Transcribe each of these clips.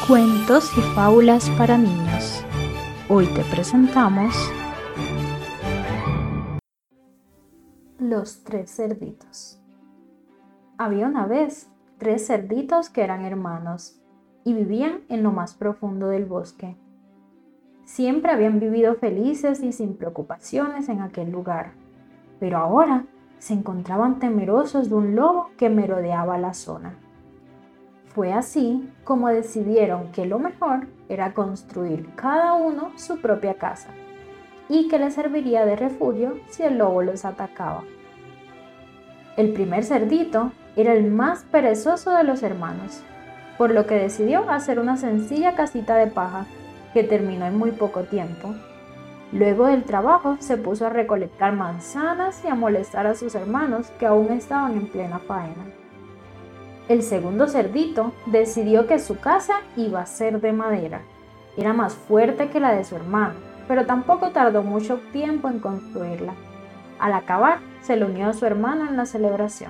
Cuentos y fábulas para niños. Hoy te presentamos Los tres cerditos. Había una vez 3 cerditos que eran hermanos y vivían en lo más profundo del bosque. Siempre habían vivido felices y sin preocupaciones en aquel lugar, pero ahora se encontraban temerosos de un lobo que merodeaba la zona. Fue así como decidieron que lo mejor era construir cada uno su propia casa y que les serviría de refugio si el lobo los atacaba. El primer cerdito era el más perezoso de los hermanos, por lo que decidió hacer una sencilla casita de paja que terminó en muy poco tiempo. Luego del trabajo se puso a recolectar manzanas y a molestar a sus hermanos que aún estaban en plena faena. El segundo cerdito decidió que su casa iba a ser de madera. Era más fuerte que la de su hermano, pero tampoco tardó mucho tiempo en construirla. Al acabar, se le unió a su hermano en la celebración.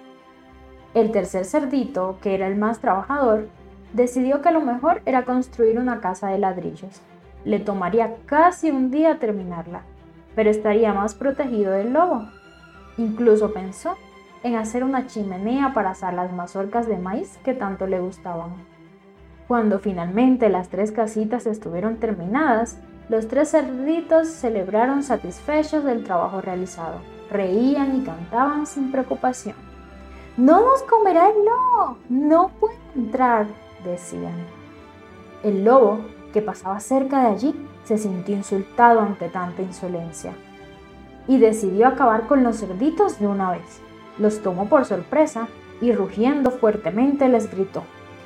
El tercer cerdito, que era el más trabajador, decidió que lo mejor era construir una casa de ladrillos. Le tomaría casi un día terminarla, pero estaría más protegido del lobo. Incluso pensó en hacer una chimenea para asar las mazorcas de maíz que tanto le gustaban. Cuando finalmente las 3 casitas estuvieron terminadas, los 3 cerditos celebraron satisfechos del trabajo realizado. Reían y cantaban sin preocupación. «¡No nos comerá el lobo! ¡No puede entrar!», decían. El lobo, que pasaba cerca de allí, se sintió insultado ante tanta insolencia y decidió acabar con los cerditos de una vez. Los tomó por sorpresa y rugiendo fuertemente les gritó: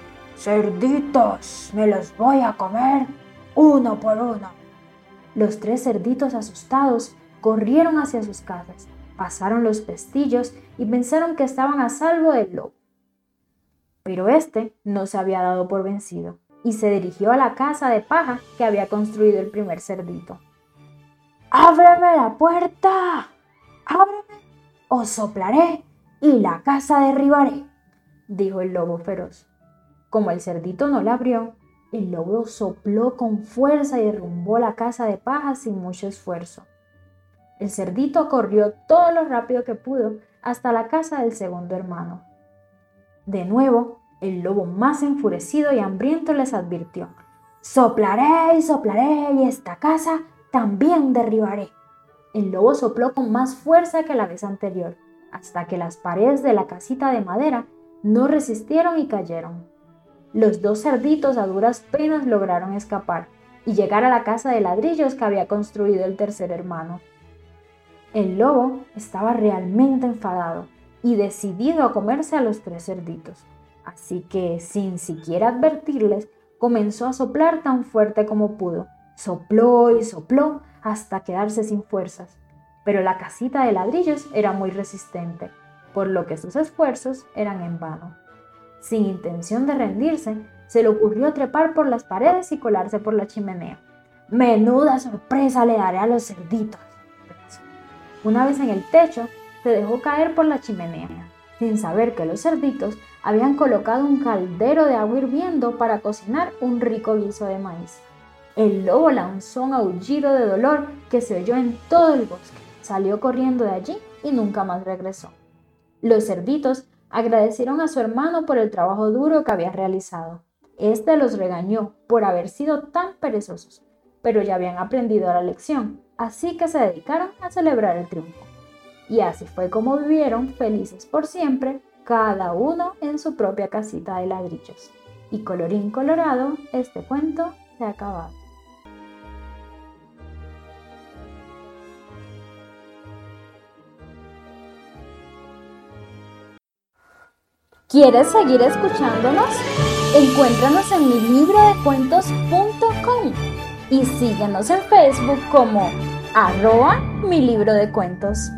«¡Cerditos! ¡Me los voy a comer uno por uno!». Los 3 cerditos asustados corrieron hacia sus casas, pasaron los pestillos y pensaron que estaban a salvo del lobo. Pero este no se había dado por vencido y se dirigió a la casa de paja que había construido el primer cerdito. «¡Ábreme la puerta! ¡Ábreme! Os soplaré y la casa derribaré», dijo el lobo feroz. Como el cerdito no la abrió, el lobo sopló con fuerza y derrumbó la casa de paja sin mucho esfuerzo. El cerdito corrió todo lo rápido que pudo hasta la casa del segundo hermano. De nuevo, el lobo más enfurecido y hambriento les advirtió: «Soplaré y esta casa también derribaré». El lobo sopló con más fuerza que la vez anterior, hasta que las paredes de la casita de madera no resistieron y cayeron. Los 2 cerditos a duras penas lograron escapar y llegar a la casa de ladrillos que había construido el tercer hermano. El lobo estaba realmente enfadado y decidido a comerse a los 3 cerditos, así que, sin siquiera advertirles, comenzó a soplar tan fuerte como pudo. Sopló y sopló hasta quedarse sin fuerzas, pero la casita de ladrillos era muy resistente, por lo que sus esfuerzos eran en vano. Sin intención de rendirse, se le ocurrió trepar por las paredes y colarse por la chimenea. «¡Menuda sorpresa le daré a los cerditos!», pensó. Una vez en el techo, se dejó caer por la chimenea, sin saber que los cerditos habían colocado un caldero de agua hirviendo para cocinar un rico guiso de maíz. El lobo lanzó un aullido de dolor que se oyó en todo el bosque. Salió corriendo de allí y nunca más regresó. Los cerditos agradecieron a su hermano por el trabajo duro que había realizado. Este los regañó por haber sido tan perezosos, pero ya habían aprendido la lección, así que se dedicaron a celebrar el triunfo. Y así fue como vivieron felices por siempre, cada uno en su propia casita de ladrillos. Y colorín colorado, este cuento se ha acabado. ¿Quieres seguir escuchándonos? Encuéntranos en milibrodecuentos.com y síguenos en Facebook como @milibrodecuentos.